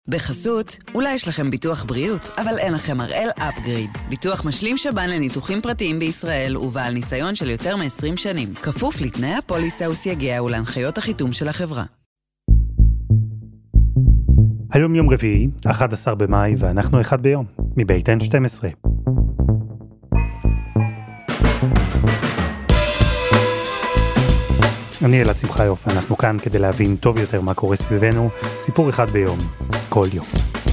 בחסות, אולי יש לכם ביטוח בריאות, אבל אין לכם הראל אפגריד. ביטוח משלים שב"ן לניתוחים פרטיים בישראל ובעל ניסיון של יותר מ-20 שנים. כפוף לתנאי הפוליסה וסייגיה ולהנחיות החיתום של החברה. היום יום רביעי, 11 במאי, ואנחנו אחד ביום, מבית N12. אני אלעד שמחיוף, ואנחנו כאן כדי להבין טוב יותר מה קורה סביבנו, סיפור אחד ביום, כל יום.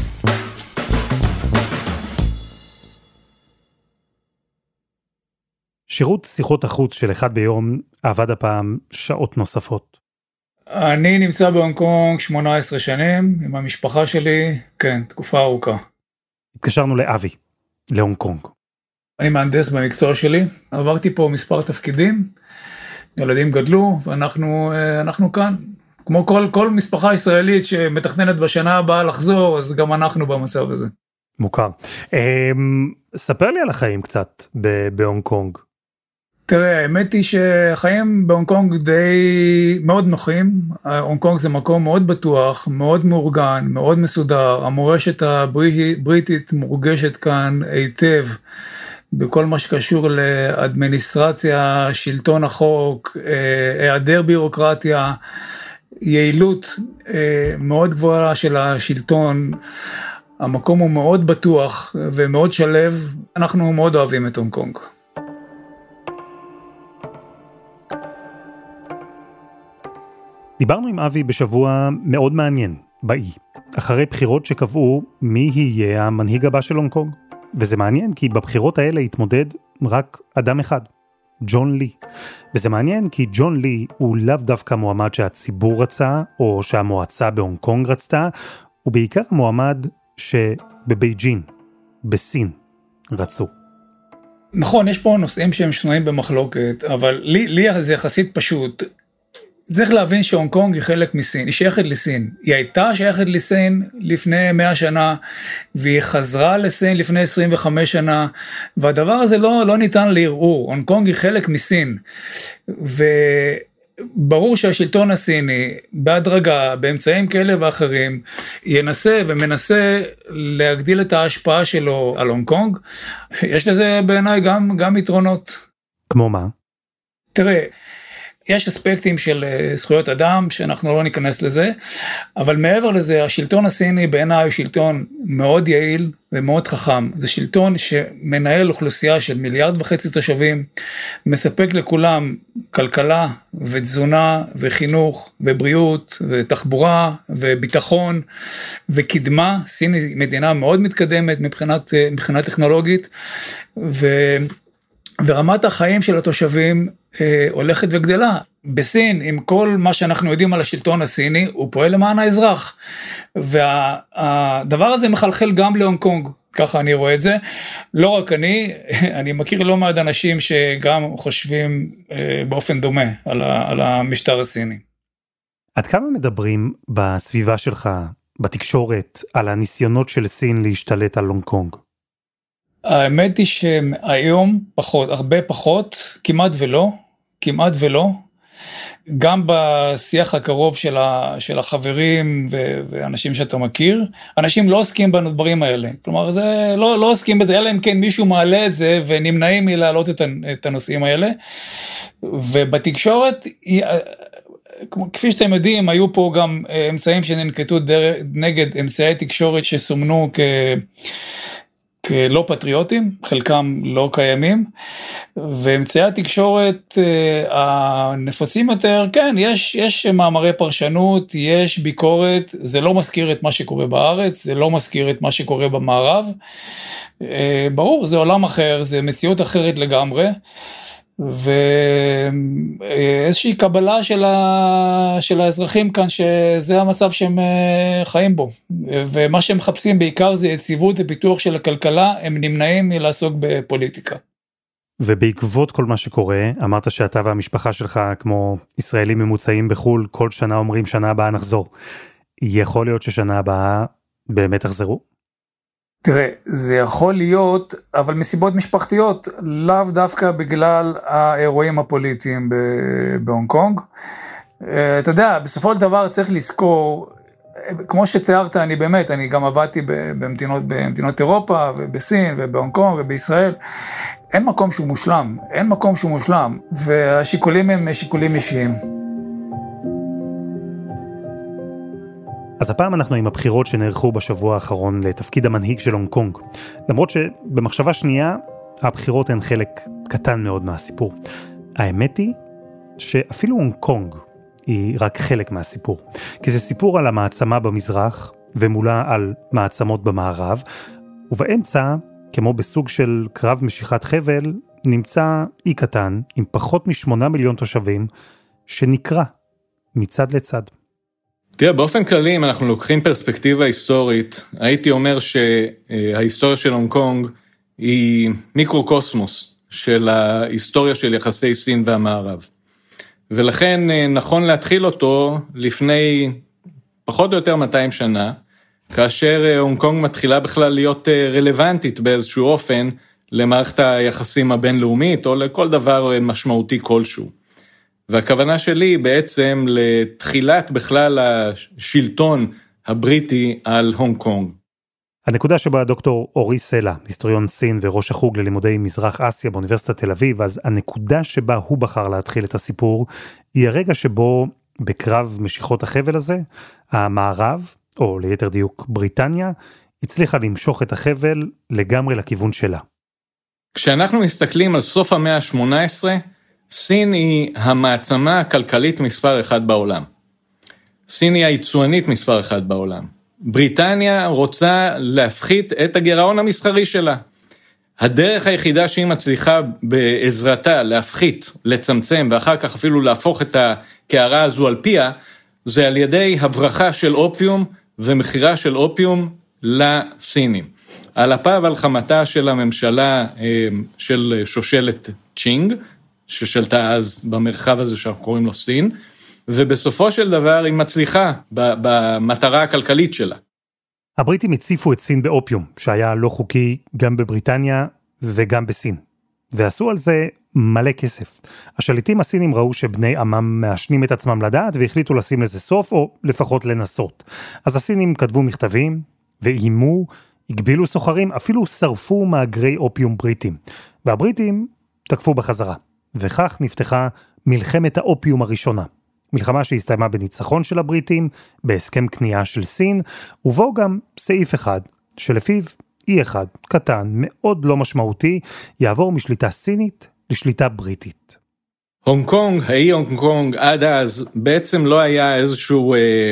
שירות שיחות החוץ של אחד ביום עבד הפעם שעות נוספות. אני נמצא בהונג קונג 18 שנים, עם המשפחה שלי, כן, תקופה ארוכה. התקשרנו לאבי, להונג קונג. אני מהנדס במקצוע שלי, עברתי פה מספר תפקידים, ילדים גדלו, ואנחנו כאן. כמו כל משפחה ישראלית שמתכננת בשנה הבאה לחזור, אז גם אנחנו במצב הזה. מוכר. ספר לי על החיים קצת בהונג קונג. תראה, האמת היא שהחיים בהונג קונג די מאוד נוחים. הונג קונג זה מקום מאוד בטוח, מאוד מאורגן, מאוד מסודר. המורשת הבריטית מורגשת כאן היטב, בכל מה שקשור לאדמיניסטרציה, שלטון החוק, היעדר בירוקרטיה, יעילות מאוד גבוהה של השלטון. המקום הוא מאוד בטוח ומאוד שלב. אנחנו מאוד אוהבים את הונג קונג. דיברנו עם אבי בשבוע מאוד מעניין, באי, אחרי בחירות שקבעו מי יהיה המנהיג הבא של הונג קונג. וזה מעניין כי בבחירות האלה התמודד רק אדם אחד, ג'ון לי. וזה מעניין כי ג'ון לי הוא לאו דווקא מועמד שהציבור רצה, או שהמועצה בהונג קונג רצתה, הוא בעיקר המועמד שבבייג'ין, בסין, רצו. נכון, יש פה נושאים שהם שנויים במחלוקת, אבל לי זה יחסית פשוט. צריך להבין שהונג קונג היא חלק מסין, היא שייכת לסין. היא הייתה שייכת לסין לפני 100 שנה, והיא חזרה לסין לפני 25 שנה, והדבר הזה לא ניתן לערעור. הונג קונג היא חלק מסין, וברור שהשלטון הסיני, בהדרגה, באמצעים כאלה ואחרים, ינסה ומנסה להגדיל את ההשפעה שלו על הונג קונג. יש לזה בעיניי גם יתרונות. כמו מה? תראה, יש אספקטים של זכויות אדם שאנחנו לא ניכנס לזה, אבל מעבר לזה, השלטון הסיני בעיניי הוא שלטון מאוד יעיל ומאוד חכם. זה שלטון שמנהל אוכלוסייה של 1.5 מיליארד תושבים, מספק לכולם כלכלה ותזונה וחינוך ובריאות ותחבורה וביטחון וקדמה. סין היא מדינה מאוד מתקדמת מבחינה טכנולוגית, ורמת החיים של התושבים הולכת וגדלה. בסין, עם כל מה שאנחנו יודעים על השלטון הסיני, הוא פועל למען האזרח. והדבר הזה מחלחל גם להונג קונג, ככה אני רואה את זה. לא רק אני מכיר לא מעט אנשים שגם חושבים באופן דומה על המשטר הסיני. עד כמה מדברים בסביבה שלך, בתקשורת, על הניסיונות של סין להשתלט על הונג קונג? האמת היא שהיום פחות, הרבה פחות, כמעט ולא, גם בשיח הקרוב של החברים ואנשים שאתה מכיר, אנשים לא עוסקים בדברים האלה, כלומר זה לא עוסקים בזה, אלא אם כן מישהו מעלה את זה ונמנעים מלהעלות את הנושאים האלה, ובתקשורת, כפי שאתם יודעים, היו פה גם אמצעים שננקטו נגד אמצעי תקשורת שסומנו כלא פטריוטים, חלקם לא קיימים, ואמצעי התקשורת הנפוצים יותר, כן, יש מאמרי פרשנות, יש ביקורת, זה לא מזכיר את מה שקורה בארץ, זה לא מזכיר את מה שקורה במערב, ברור, זה עולם אחר, זה מציאות אחרת לגמרי, ואיזושהי קבלה של האזרחים כאן, שזה המצב שהם חיים בו, ומה שהם מחפשים בעיקר זה יציבות ופיתוח של הכלכלה, הם נמנעים מלעסוק בפוליטיקה. ובעקבות כל מה שקורה, אמרת שאתה והמשפחה שלך, כמו ישראלים ממוצעים בחול, כל שנה אומרים שנה הבאה נחזור. יכול להיות ששנה הבאה באמת תחזרו? תראה, זה יכול להיות, אבל מסיבות משפחתיות, לאו דווקא בגלל האירועים הפוליטיים בהונג קונג. אתה יודע, בסופו של דבר צריך לזכור, כמו שתיארת, אני גם עבדתי במדינות אירופה, ובסין, ובהונג קונג, ובישראל. אין מקום שהוא מושלם, והשיקולים הם שיקולים אישיים. אז הפעם אנחנו עם הבחירות שנערכו בשבוע האחרון לתפקיד המנהיג של הונג קונג. למרות שבמחשבה שנייה, הבחירות הן חלק קטן מאוד מהסיפור. האמת היא שאפילו הונג קונג היא רק חלק מהסיפור. כי זה סיפור על המעצמה במזרח, ומולה על מעצמות במערב, ובאמצע, כמו בסוג של קרב משיכת חבל, נמצא אי קטן עם פחות מ8 מיליון תושבים, שנקרא מצד לצד. תראה, באופן כללי, אם אנחנו לוקחים פרספקטיבה היסטורית, הייתי אומר שההיסטוריה של הונג קונג היא מיקרוקוסמוס של ההיסטוריה של יחסי סין והמערב. ולכן נכון להתחיל אותו לפני פחות או יותר 200 שנה, כאשר הונג קונג מתחילה בכלל להיות רלוונטית באיזשהו אופן למערכת היחסים הבינלאומית או לכל דבר משמעותי כלשהו. והכוונה שלי בעצם לתחילת בכלל השלטון הבריטי על הונג קונג. הנקודה שבה דוקטור אורי סלע, היסטוריון סין וראש החוג ללימודי מזרח אסיה באוניברסיטת תל אביב, אז הנקודה שבה הוא בחר להתחיל את הסיפור, היא הרגע שבו בקרב משיכות החבל הזה, המערב, או ליתר דיוק בריטניה, הצליחה למשוך את החבל לגמרי לכיוון שלה. כשאנחנו מסתכלים על סוף המאה ה-18, סין היא המעצמה הכלכלית מספר 1 בעולם. סין היא היצואנית מספר 1 בעולם. בריטניה רוצה להפחית את הגירעון המסחרי שלה. הדרך היחידה שהיא מצליחה בעזרתה להפחית, לצמצם, ואחר כך אפילו להפוך את הקערה הזו על פיה, זה על ידי הברחה של אופיום ומחירה של אופיום לסינים. על אפה ועל חמתה של הממשלה של שושלת צ'ינג, ששלטה אז במרחב הזה שאנחנו קוראים לו סין, ובסופו של דבר היא מצליחה במטרה הכלכלית שלה. הבריטים הציפו את סין באופיום, שהיה לא חוקי גם בבריטניה וגם בסין. ועשו על זה מלא כסף. השליטים הסינים ראו שבני עמם מעשנים את עצמם לדעת, והחליטו לשים לזה סוף, או לפחות לנסות. אז הסינים כתבו מכתבים, ואימו, הגבילו סוחרים, אפילו שרפו מאגרי אופיום בריטים. והבריטים תקפו בחזרה. וכך נפתחה מלחמת האופיום הראשונה. מלחמה שהסתיימה בניצחון של הבריטים, בהסכם קנייה של סין, ובו גם סעיף אחד, שלפיו אי אחד, קטן, מאוד לא משמעותי, יעבור משליטה סינית לשליטה בריטית. הונג קונג, האי הונג קונג, עד אז בעצם לא היה איזשהו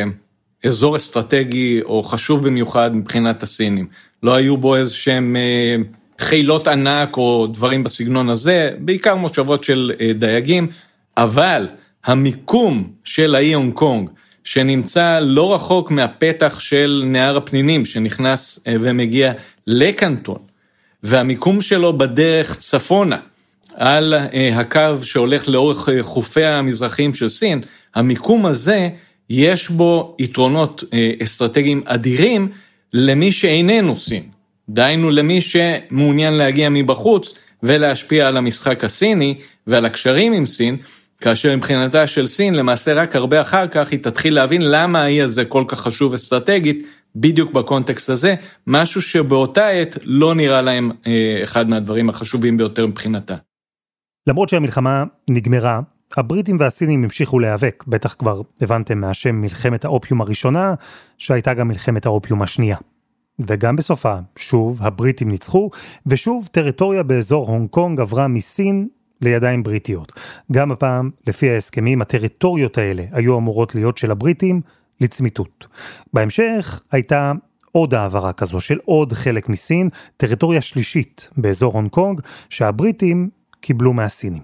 אזור אסטרטגי או חשוב במיוחד מבחינת הסינים. לא היו בו איזשהם חילות ענק או דברים בסגנון הזה, בעיקר מושבות של דייגים, אבל המיקום של האי הונג קונג, שנמצא לא רחוק מהפתח של נהר הפנינים, שנכנס ומגיע לקנטון, והמיקום שלו בדרך צפונה, על הקו שהולך לאורך חופי המזרחיים של סין, המיקום הזה יש בו יתרונות אסטרטגיים אדירים למי שאיננו סין. דהיינו למי שמעוניין להגיע מבחוץ ולהשפיע על המשחק הסיני ועל הקשרים עם סין, כאשר מבחינתה של סין למעשה רק הרבה אחר כך היא תתחיל להבין למה האי הזה כל כך חשוב אסטרטגית, בדיוק בקונטקסט הזה, משהו שבאותה עת לא נראה להם אחד מהדברים החשובים ביותר מבחינתה. למרות שהמלחמה נגמרה, הבריטים והסינים המשיכו להיאבק, בטח כבר הבנתם מהשם מלחמת האופיום הראשונה, שהייתה גם מלחמת האופיום השנייה. וגם בסופה, שוב הבריטים ניצחו, ושוב טריטוריה באזור הונג קונג עברה מסין לידיים בריטיות. גם הפעם, לפי ההסכמים, הטריטוריות האלה היו אמורות להיות של הבריטים לצמיתות. בהמשך הייתה עוד העברה כזו של עוד חלק מסין, טריטוריה שלישית באזור הונג קונג, שהבריטים קיבלו מהסינים.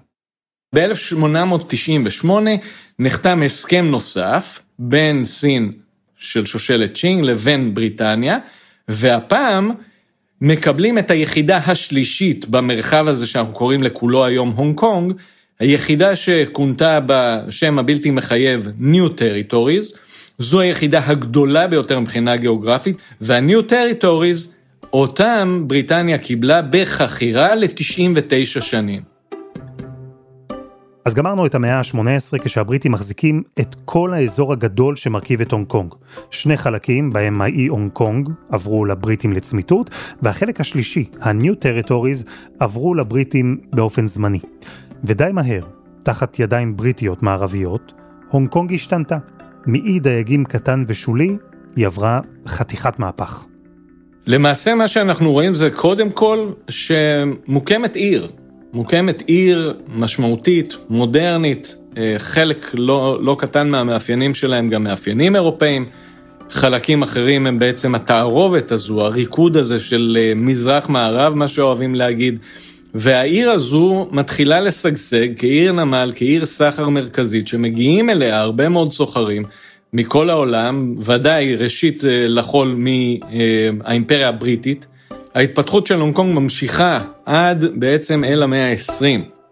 ב-1898 נחתם הסכם נוסף בין סין של שושלת צ'ינג לבין בריטניה, והפעם מקבלים את היחידה השלישית במרחב הזה שאנחנו קוראים לכולו היום הונג קונג, היחידה שכונתה בשם הבלתי מחייב New Territories, זו היחידה הגדולה ביותר מבחינה גיאוגרפית, וה-New Territories, אותם בריטניה קיבלה בחכירה ל-99 שנים. אז גמרנו את המאה ה-18 כשהבריטים מחזיקים את כל האזור הגדול שמרכיב את הונג קונג. 2 חלקים, בהם האי הונג קונג, עברו לבריטים לצמיתות, והחלק השלישי, ה-New Territories, עברו לבריטים באופן זמני. ודי מהר, תחת ידיים בריטיות מערביות, הונג קונג השתנתה. מאי דייגים קטן ושולי, היא עברה חתיכת מהפך. למעשה מה שאנחנו רואים זה קודם כל שמוקמת עיר. מוקמת עיר משמעותית, מודרנית, חלק לא קטן מהמאפיינים שלהם, גם מאפיינים אירופאים, חלקים אחרים הם בעצם התערובת הזו, הריקוד הזה של מזרח-מערב, מה שאוהבים להגיד, והעיר הזו מתחילה לשגשג כעיר נמל, כעיר סחר מרכזית, שמגיעים אליה הרבה מאוד סוחרים מכל העולם, ודאי ראשית לחול מהאימפריה הבריטית, ההתפתחות של הונג קונג ממשיכה עד בעצם אל המאה ה-20.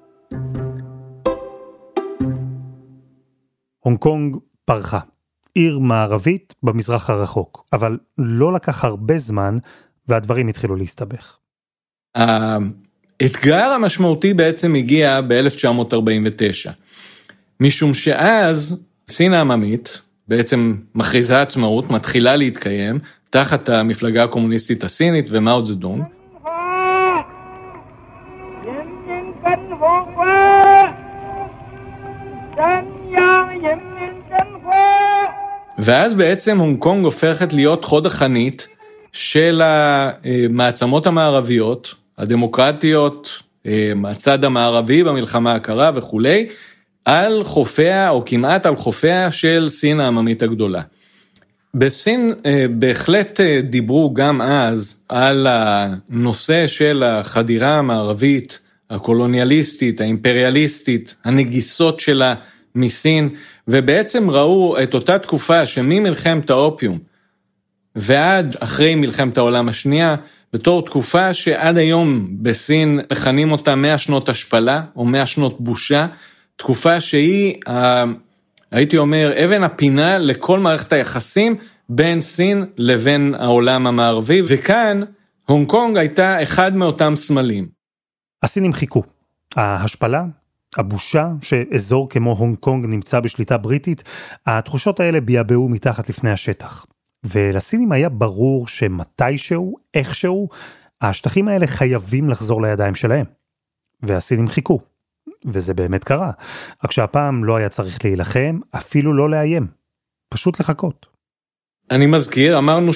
הונג קונג פרחה. עיר מערבית במזרח הרחוק, אבל לא לקח הרבה זמן והדברים התחילו להסתבך. האתגר המשמעותי בעצם הגיע ב-1949, משום שאז סין העממית בעצם מכריזה עצמאות, מתחילה להתקיים, תחת המפלגה הקומוניסטית הסינית ומאו צדונג. ואז בעצם הונג קונג הופכת להיות חוד החנית של המעצמות המערביות, הדמוקרטיות, מהצד המערבי במלחמה הקרה וכו', על חופיה או כמעט על חופיה של סין העממית הגדולה. בסין בהחלט דיברו גם אז על הנושא של החדירה המערבית, הקולוניאליסטית, האימפריאליסטית, הנגיסות שלה מסין, ובעצם ראו את אותה תקופה שממלחמת האופיום ועד אחרי מלחמת העולם השנייה, בתור תקופה שעד היום בסין מכנים אותה 100 שנות השפלה או 100 שנות בושה, תקופה שהיא, הייתי אומר, אבן הפינה לכל מערכת היחסים בין סין לבין העולם המערבי, וכאן הונג קונג הייתה אחד מאותם סמלים. הסינים חיכו. ההשפלה, הבושה שאזור כמו הונג קונג נמצא בשליטה בריטית, התחושות האלה ביאבעו מתחת לפני השטח. ולסינים היה ברור שמתישהו, איכשהו, השטחים האלה חייבים לחזור לידיים שלהם. והסינים חיכו. וזה באמת קרה. רק שהפעם לא היה צריך להילחם, אפילו לא לאיים. פשוט לחכות. אני מזכיר, אמרנו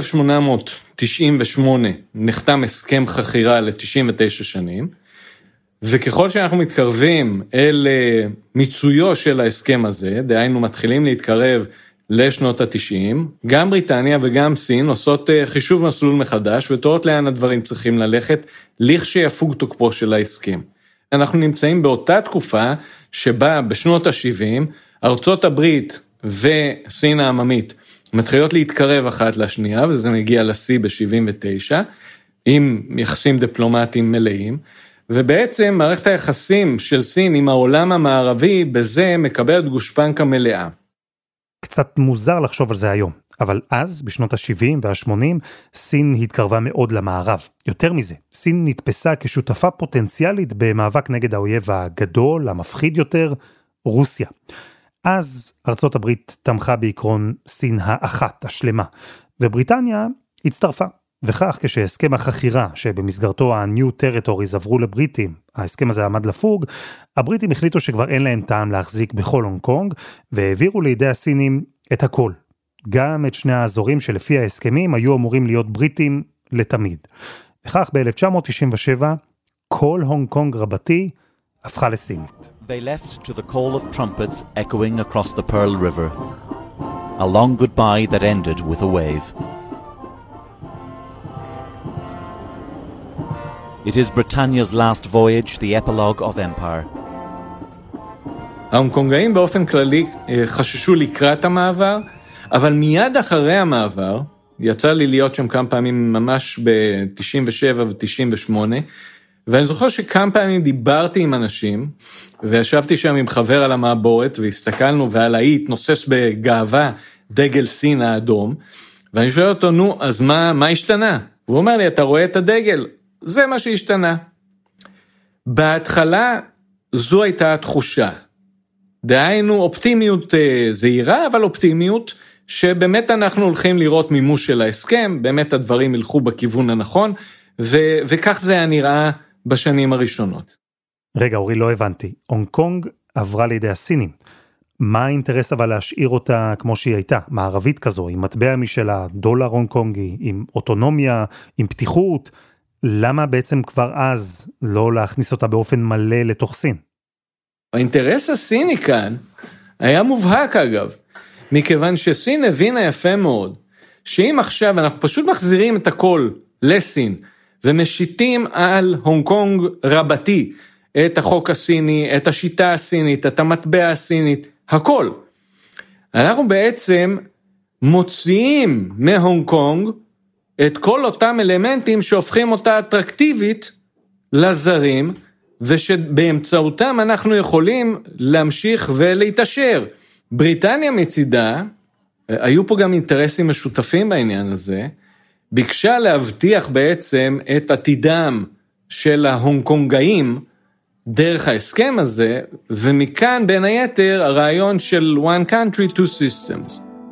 שב-1898 נחתם הסכם חכירה ל-99 שנים, וככל שאנחנו מתקרבים אל מיצויו של ההסכם הזה, דהיינו מתחילים להתקרב לשנות ה-90, גם בריטניה וגם סין עושות חישוב מסלול מחדש, ותורות לאן הדברים צריכים ללכת, לכשיפוג תוקפו של ההסכם. אנחנו נמצאים באותה תקופה שבה בשנות ה-70, ארצות הברית וסין העממית מתחילות להתקרב אחת לשנייה, וזה מגיע לשיא ב-79, עם יחסים דיפלומטיים מלאים, ובעצם מערכת היחסים של סין עם העולם המערבי, בזה מקבלת גושפנקה מלאה. קצת מוזר לחשוב על זה היום, אבל אז, בשנות ה-70 וה-80, סין התקרבה מאוד למערב. יותר מזה, סין נתפסה כשותפה פוטנציאלית במאבק נגד האויב הגדול, המפחיד יותר, רוסיה. אז ארצות הברית תמכה בעקרון סין האחת, השלמה, ובריטניה הצטרפה. וכך כשהסכם החכירה שבמסגרתו ה-New Territories עברו לבריטים, ההסכם הזה עמד לפוג, הבריטים החליטו שכבר אין להם טעם להחזיק בכל הונג קונג, והעבירו לידי הסינים את הכל. גם את שני האזורים שלפי ההסכמים היו אמורים להיות בריטים לתמיד. וכך ב-1997 כל הונג קונג רבתי הפכה לסינית. They left to the call of trumpets echoing across the Pearl River. A long goodbye that ended with a wave. It is Britannia's last voyage, the epilogue of empire. ההונגקונגאים באופן כללי חששו לקראת המעבר, אבל מיד אחרי המעבר, יצא לי להיות שם כמה פעמים ממש ב-97 ו-98, ואני זוכר שכמה פעמים דיברתי עם אנשים, וישבתי שם עם חבר על המעבורת, והסתכלנו ועל האי התנוסס בגאווה דגל סין האדום, ואני שואל אותו, נו, אז מה השתנה? והוא אומר לי, אתה רואה את הדגל? זה מה שהשתנה. בהתחלה זו הייתה התחושה. דהיינו אופטימיות זהירה, אבל אופטימיות שבאמת אנחנו הולכים לראות מימוש של ההסכם, באמת הדברים ילכו בכיוון הנכון, וכך זה היה נראה בשנים הראשונות. רגע, אורי, לא הבנתי. הונג קונג עברה לידי הסינים. מה האינטרס אבל להשאיר אותה כמו שהיא הייתה? מערבית כזו, עם מטבע משלה, דולר הונג קונגי, עם אוטונומיה, עם פתיחות. למה בעצם כבר אז לא להכניס אותה באופן מלא לתוך סין? האינטרס הסיני כאן היה מובהק אגב, מכיוון שסין הבינה יפה מאוד, שאם עכשיו אנחנו פשוט מחזירים את הכל לסין, ומשיתים על הונג קונג רבתי, את החוק הסיני, את השיטה הסינית, את המטבע הסינית, הכל. אנחנו בעצם מוציאים מהונג קונג את כל אותם אלמנטים שהופכים אותה אטרקטיבית לזרים, ושבאמצעותם אנחנו יכולים להמשיך ולהתאשר. בריטניה מצידה, היו פה גם אינטרסים משותפים בעניין הזה, ביקשה להבטיח בעצם את עתידם של ההונג קונגאים, דרך ההסכם הזה, ומכאן בין היתר הרעיון של one country, two systems.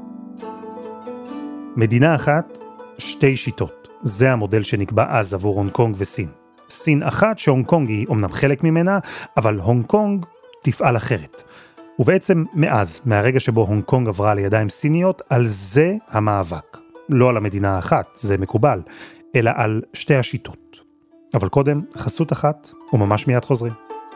מדינה אחת, שתי שיטות. זה המודל שנקבע אז עבור הונג קונג וסין. סין אחת שהונג קונג היא אומנם חלק ממנה, אבל הונג קונג תפעל אחרת. ובעצם מאז, מהרגע שבו הונג קונג עברה לידיים סיניות, על זה המאבק. לא על המדינה האחת, זה מקובל, אלא על שתי השיטות. אבל קודם, חסות אחת, וממש מיד חוזרים.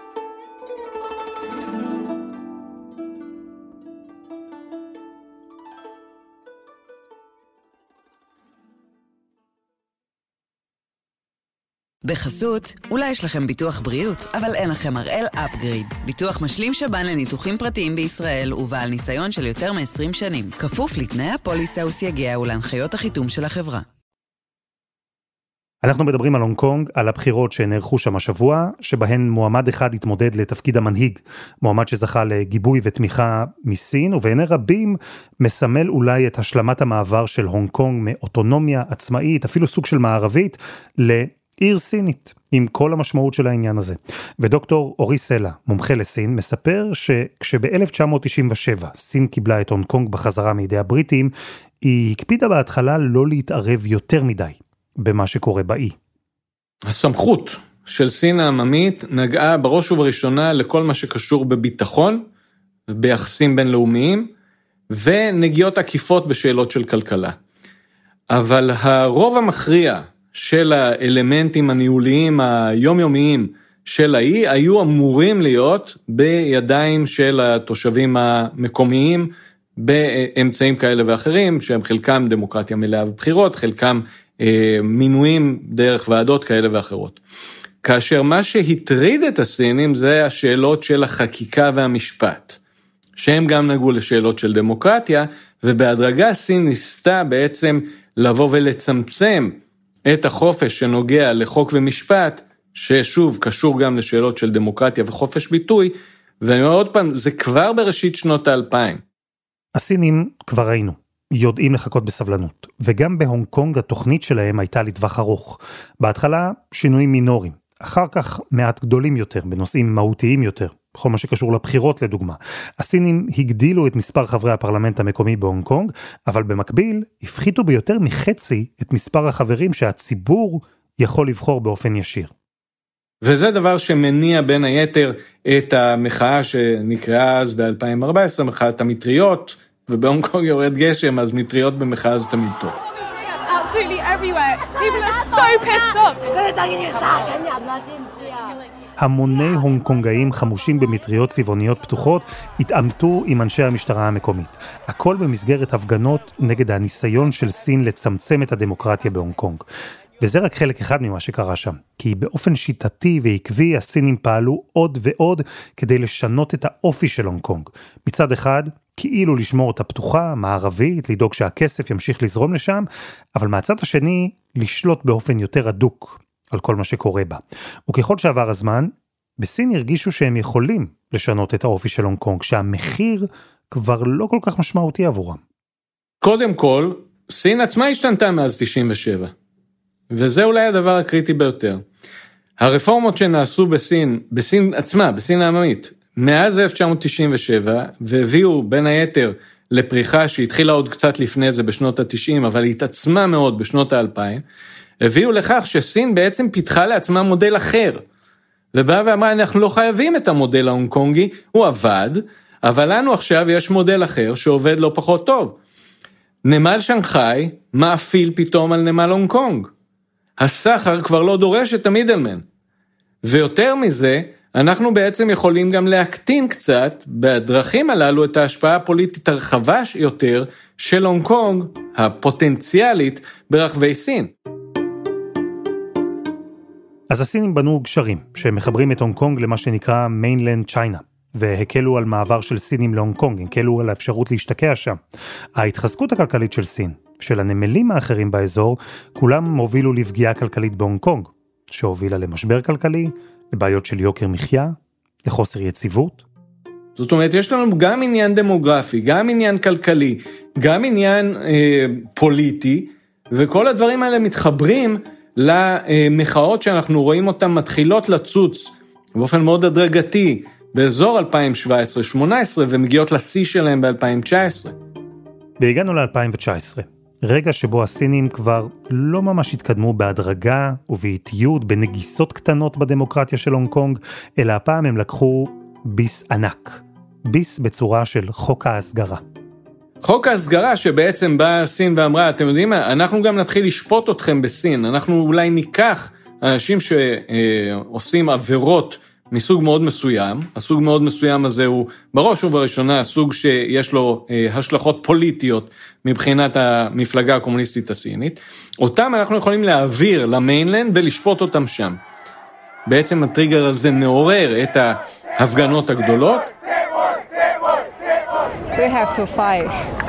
בחסות, אולי יש לכם ביטוח בריאות, אבל אין לכם הראל אפגריד. ביטוח משלים שב"ן לניתוחים פרטיים בישראל ובעל ניסיון של יותר מ-20 שנים. כפוף לתנאי הפוליסה וסייגיה ולהנחיות החיתום של החברה. אנחנו מדברים על הונג קונג, על הבחירות שנערכו שם השבוע, שבהן מועמד אחד התמודד לתפקיד המנהיג, מועמד שזכה לגיבוי ותמיכה מסין, ובעיני רבים מסמל אולי את השלמת המעבר של הונג קונג מאוטונומיה עצמאית, אפילו סוג של מערבית, לעיר סינית, עם כל המשמעות של העניין הזה. ודוקטור אורי סלע, מומחה לסין, מספר שכשב-1997 סין קיבלה את הונג קונג בחזרה מידי הבריטים, היא הקפידה בהתחלה לא להתערב יותר מדי במה שקורה באי. הסמכות של סין העממית נגעה בראש ובראשונה לכל מה שקשור בביטחון, ביחסים בינלאומיים, ונגיעות עקיפות בשאלות של כלכלה. אבל הרוב המכריע של האלמנטים הניהוליים היומיומיים של האי, היו אמורים להיות בידיים של התושבים המקומיים, באמצעים כאלה ואחרים, שהם חלקם דמוקרטיה מלאה ובחירות, חלקם מינויים דרך ועדות כאלה ואחרות. כאשר מה שהטריד את הסינים זה השאלות של החקיקה והמשפט, שהם גם נגעו לשאלות של דמוקרטיה, ובהדרגה סין ניסתה בעצם לבוא ולצמצם את החופש שנוגע לחוק ומשפט, ששוב קשור גם לשאלות של דמוקרטיה וחופש ביטוי, ואני אומר עוד פעם, זה כבר בראשית שנות ה-2000. הסינים כבר ראינו. יודעים לחכות בסבלנות, וגם בהונג קונג התוכנית שלהם הייתה לטווח ארוך. בהתחלה שינויים מינוריים, אחר כך מעט גדולים יותר, בנושאים מהותיים יותר, בכל מה שקשור לבחירות לדוגמה. הסינים הגדילו את מספר חברי הפרלמנט המקומי בהונג קונג, אבל במקביל הפחיתו ביותר מחצי את מספר החברים שהציבור יכול לבחור באופן ישיר. וזה דבר שמניע בין היתר את המחאה שנקראה אז ב-2014, מחאת המטריות, ובהונג קונג יורד גשם, אז מטריות במחאה זה תמיד טוב. Absolutely everywhere. People are so pissed off. המוני הונג קונגאים חמושים במטריות צבעוניות פתוחות התעמתו עם אנשי המשטרה המקומית. הכל במסגרת הפגנות נגד הניסיון של סין לצמצם את הדמוקרטיה בהונג קונג. וזה רק חלק אחד ממה שקרה שם, כי באופן שיטתי ועקבי הסינים פעלו עוד ועוד כדי לשנות את האופי של הונג קונג. מצד אחד, כאילו לשמור אותה פתוחה, מערבית, לדאוג שהכסף ימשיך לזרום לשם, אבל מהצד השני, לשלוט באופן יותר הדוק על כל מה שקורה בה. וככל שעבר הזמן, בסין הרגישו שהם יכולים לשנות את האופי של הונג קונג, שהמחיר כבר לא כל כך משמעותי עבורם. קודם כל, סין עצמה השתנתה מאז 97. וזה אולי הדבר הקריטי ביותר. הרפורמות שנעשו בסין עצמה, בסין העממית, מאז 1997, והביאו בין היתר לפריחה שהתחילה עוד קצת לפני זה בשנות ה-90, אבל היא התעצמה מאוד בשנות ה-2000, הביאו לכך שסין בעצם פיתחה לעצמה מודל אחר, ובאה ואמרה, אנחנו לא חייבים את המודל ההונג קונגי, הוא עבד, אבל לנו עכשיו יש מודל אחר שעובד לא פחות טוב. נמל שנגחאי מאפיל פתאום על נמל הונג קונג. הסחר כבר לא דורש את המידלמן. ויותר מזה, אנחנו בעצם יכולים גם להקטין קצת בדרכים הללו את ההשפעה הפוליטית הרחבה יותר של הונג קונג, הפוטנציאלית ברחבי סין. אז הסינים בנו גשרים שמחברים את הונג קונג למה שנקרא מיינלנד צ'יינה, והקלו על מעבר של סינים להונג קונג, הקלו על האפשרות להשתקע שם. ההתחזקות הכלכלית של סין, של הנמלים האחרים באזור, כולם הובילו לפגיעה כלכלית בהונג קונג, שהובילה למשבר כלכלי, לבעיות של יוקר מחיה, לחוסר יציבות. זאת אומרת, יש לנו גם עניין דמוגרפי, גם עניין כלכלי, גם עניין פוליטי, וכל הדברים האלה מתחברים למחאות שאנחנו רואים אותן מתחילות לצוץ באופן מאוד הדרגתי באזור 2017-2018 ומגיעות לשיא שלהם ב-2019. והגענו ל-2019, רגע שבו הסינים כבר לא ממש התקדמו בהדרגה ובאיטיות, בנגיסות קטנות בדמוקרטיה של הונג קונג, אלא הפעם הם לקחו ביס ענק, ביס בצורה של חוק ההסגרה. חוק ההסגרה שבעצם באה סין ואמרה, אתם יודעים מה, אנחנו גם נתחיל לשפוט אתכם בסין, אנחנו אולי ניקח אנשים שעושים עבירות מסוג מאוד מסוים, הסוג מאוד מסוים הזה הוא בראש ובראשונה הסוג שיש לו השלכות פוליטיות מבחינת המפלגה הקומוניסטית הסינית, אותם אנחנו יכולים להעביר למיינלנד ולשפוט אותם שם. בעצם הטריגר הזה מעורר את ההפגנות הגדולות. We have to fight,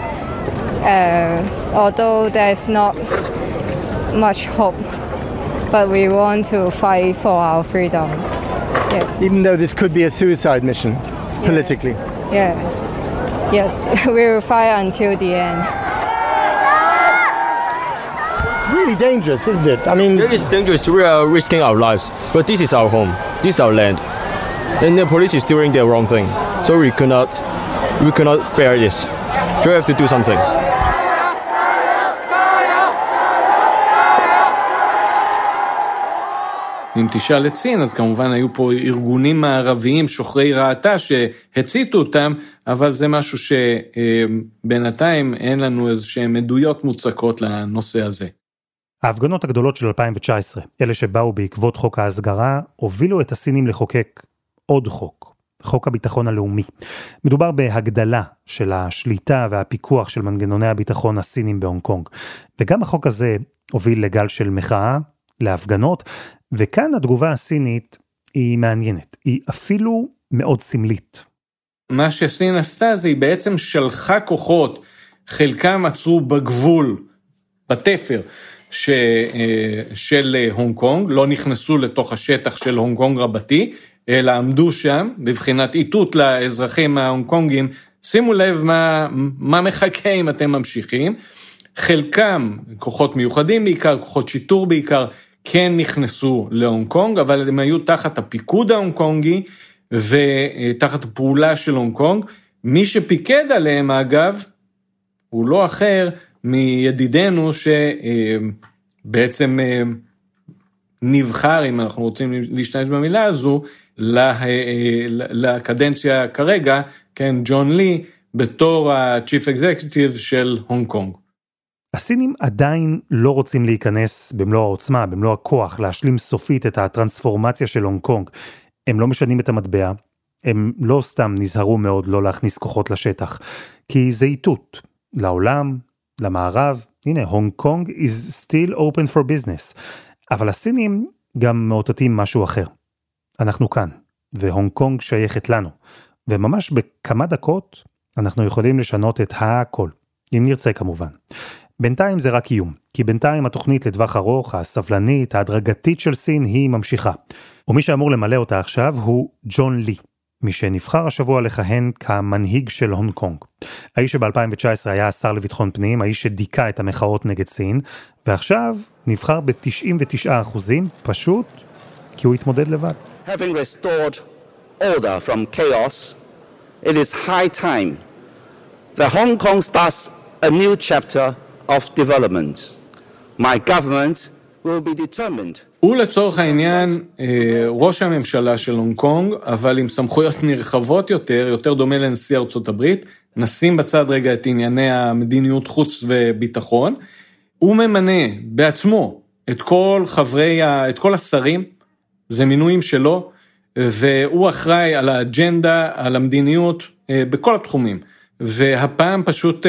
although there's not much hope, but we want to fight for our freedom. Yes. Even though this could be a suicide mission, politically. Yeah. Yes, we will fight until the end. It's really dangerous, isn't it? I mean, it is dangerous. We are risking our lives, but this is our home. This is our land, and the police is doing the wrong thing. So we cannot bear this. So we have to do something. אם תשאל את סין, אז כמובן היו פה ארגונים מערביים, שוחרי רעתה, שהציתו אותם, אבל זה משהו שבינתיים אין לנו איזשהם עדויות מוצקות לנושא הזה. ההפגנות הגדולות של 2019, אלה שבאו בעקבות חוק ההסגרה, הובילו את הסינים לחוקק עוד חוק, חוק הביטחון הלאומי. מדובר בהגדלה של השליטה והפיקוח של מנגנוני הביטחון הסינים בהונג קונג. וגם החוק הזה הוביל לגל של מחאה, להפגנות, וכאן התגובה הסינית היא מעניינת, היא אפילו מאוד סמלית. מה שסין עשתה זה היא בעצם שלחה כוחות, חלקם עצרו בגבול, בתפר של הונג קונג, לא נכנסו לתוך השטח של הונג קונג רבתי, אלא עמדו שם, בבחינת איתות לאזרחים ההונג קונגים, שימו לב מה מחכה אם אתם ממשיכים, חלקם כוחות מיוחדים בעיקר, כוחות שיטור בעיקר, כן נכנסו להונג קונג, אבל הם היו תחת הפיקוד ההונג קונגי, ותחת הפעולה של הונג קונג. מי שפיקד עליהם, אגב, הוא לא אחר מידידנו, שבעצם נבחר, אם אנחנו רוצים להשתמש במילה הזו, לקדנציה כרגע, כן, ג'ון לי, בתור ה-Chief Executive של הונג קונג. הסינים עדיין לא רוצים להיכנס במלוא העוצמה, במלוא הכוח, להשלים סופית את הטרנספורמציה של הונג קונג. הם לא משנים את המטבע, הם לא סתם נזהרו מאוד לא להכניס כוחות לשטח, כי זה איתות לעולם, למערב. הנה, הונג קונג is still open for business. אבל הסינים גם מאותתים משהו אחר. אנחנו כאן, והונג קונג שייכת לנו. וממש בכמה דקות אנחנו יכולים לשנות את הכל, אם נרצה כמובן. בינתיים זה רק איום, כי בינתיים התוכנית לטווח ארוך, הסבלנית, ההדרגתית של סין היא ממשיכה. ומי שאמור למלא אותה עכשיו הוא ג'ון לי, מי שנבחר השבוע לכהן כמנהיג של הונג קונג. האיש שב-2019 היה השר לביטחון פנים, האיש שדיקה את המחאות נגד סין, ועכשיו נבחר ב-99%, פשוט כי הוא התמודד לבד. Having restored order from chaos, it is high time that Hong Kong starts a new chapter of development. My government will be determined. הוא לצורך העניין ראש הממשלה של הונג קונג, אבל עם סמכויות נרחבות יותר דומה לנשיא ארצות הברית. נשים בצד רגע את ענייני המדיניות חוץ וביטחון. הוא ממנה בעצמו את כל השרים, זה מינויים שלו, והוא אחראי על האג'נדה, על המדיניות, בכל התחומים. והפעם פשוט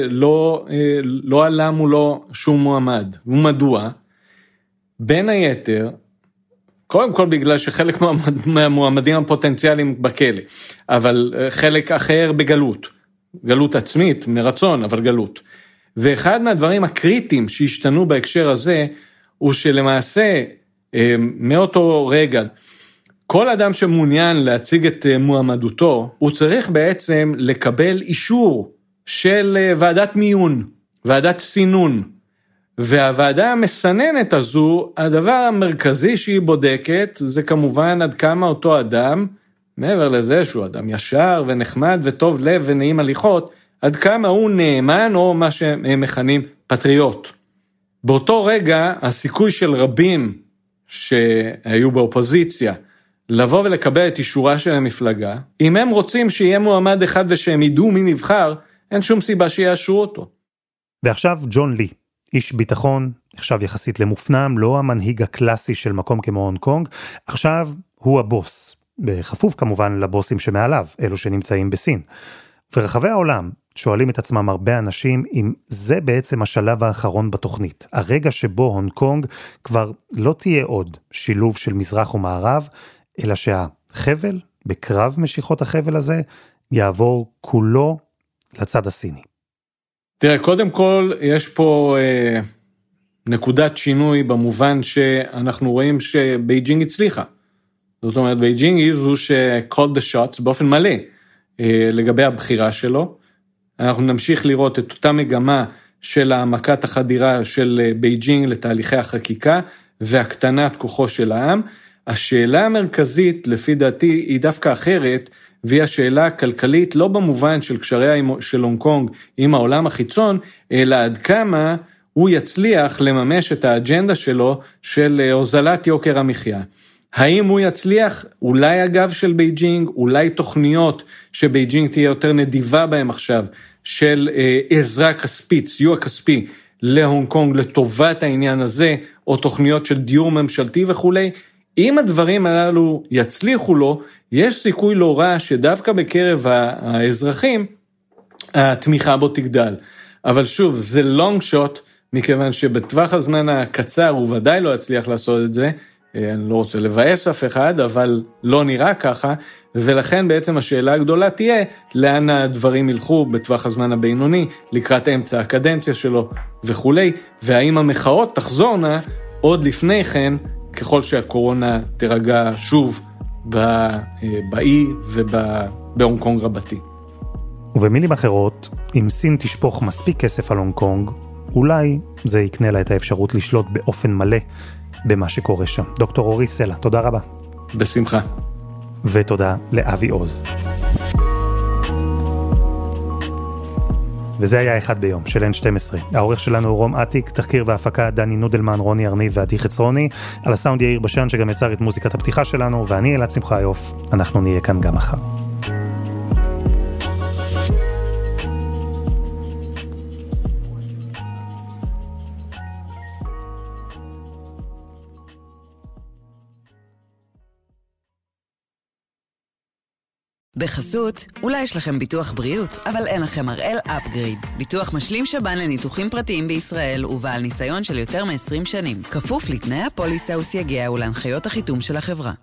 לא עלה מולו שום מועמד. ומדוע? בין היתר, קודם כל בגלל שחלק מהמועמדים הפוטנציאליים בכלא, אבל חלק אחר בגלות. גלות עצמית, מרצון, אבל גלות. ואחד מהדברים הקריטיים שהשתנו בהקשר הזה, הוא שלמעשה, מאותו רגע, כל אדם שמעוניין להציג את מועמדותו, הוא צריך בעצם לקבל אישור של ועדת מיון, ועדת סינון. והוועדה המסננת הזו, הדבר המרכזי שהיא בודקת, זה כמובן עד כמה אותו אדם, מעבר לזה שהוא אדם ישר ונחמד וטוב לב ונעים הליכות, עד כמה הוא נאמן או מה שהם מכנים פטריוט. באותו רגע, הסיכוי של רבים שהיו באופוזיציה, לבוא ולקבל את אישורה של המפלגה, אם הם רוצים שיהיה מועמד אחד ושהם ידעו מי נבחר, אין שום סיבה שיאשרו אותו. ועכשיו ג'ון לי, איש ביטחון, נחשב יחסית למופנם, לא המנהיג הקלאסי של מקום כמו הונג קונג, עכשיו הוא הבוס, בכפוף כמובן לבוסים שמעליו, אלו שנמצאים בסין. ורחבי העולם שואלים את עצמם הרבה אנשים אם זה בעצם השלב האחרון בתוכנית, הרגע שבו הונג קונג כבר לא תהיה עוד שילוב של מזרח ומערב, אלא שהחבל, בקרב משיכות החבל הזה, יעבור כולו לצד הסיני. תראה, קודם כל יש פה נקודת שינוי במובן שאנחנו רואים שבייג'ינג הצליחה. זאת אומרת, בייג'ינג היא זו ש-called the shots באופן מלא לגבי הבחירה שלו. אנחנו נמשיך לראות את אותה מגמה של העמקת החדירה של בייג'ינג לתהליכי החקיקה והקטנת כוחו של העם. השאלה המרכזית, לפי דעתי, היא דווקא אחרת, והיא השאלה הכלכלית, לא במובן של קשריה של הונג קונג עם העולם החיצון, אלא עד כמה הוא יצליח לממש את האג'נדה שלו של הוזלת יוקר המחיה. האם הוא יצליח? אולי אגב של בייג'ינג, אולי תוכניות שבייג'ינג תהיה יותר נדיבה בהם עכשיו, של עזרה כספית, סיוע כספי להונג קונג לטובת העניין הזה, או תוכניות של דיור ממשלתי וכולי. אם הדברים הללו יצליחו לו, יש סיכוי לא רע שדווקא בקרב האזרחים, התמיכה בו תגדל. אבל שוב, זה long shot, מכיוון שבטווח הזמן הקצר הוא ודאי לא יצליח לעשות את זה, אני לא רוצה לבאס אף אחד, אבל לא נראה ככה, ולכן בעצם השאלה הגדולה תהיה, לאן הדברים ילכו בטווח הזמן הבינוני, לקראת אמצע הקדנציה שלו וכולי, והאם המחאות תחזורנה עוד לפני כן, ככל שהקורונה תרגע שוב באי ובהונג קונג רבתי. ובמילים אחרות, אם סין תשפוך מספיק כסף על הונג קונג, אולי זה יקנה לה את האפשרות לשלוט באופן מלא במה שקורה שם. דוקטור אורי סלע, תודה רבה. בשמחה. ותודה לאבי עוז. וזה היה אחד ביום של N12. העורך שלנו הוא רום עתיק, תחקיר והפקה דני נודלמן, רוני ארניב ועדי חצרוני, על הסאונד יאיר בשן שגם יצר את מוזיקת הפתיחה שלנו, ואני אלעד שמחיוף, אנחנו נהיה כאן גם מחר. בחסות, אולי יש לכם ביטוח בריאות, אבל אין לכם הראל אפגריד. ביטוח משלים שב"ן לניתוחים פרטיים בישראל ובעל ניסיון של יותר מ-20 שנים. כפוף לתנאי הפוליסה וסייגיה ולהנחיות החיתום של החברה.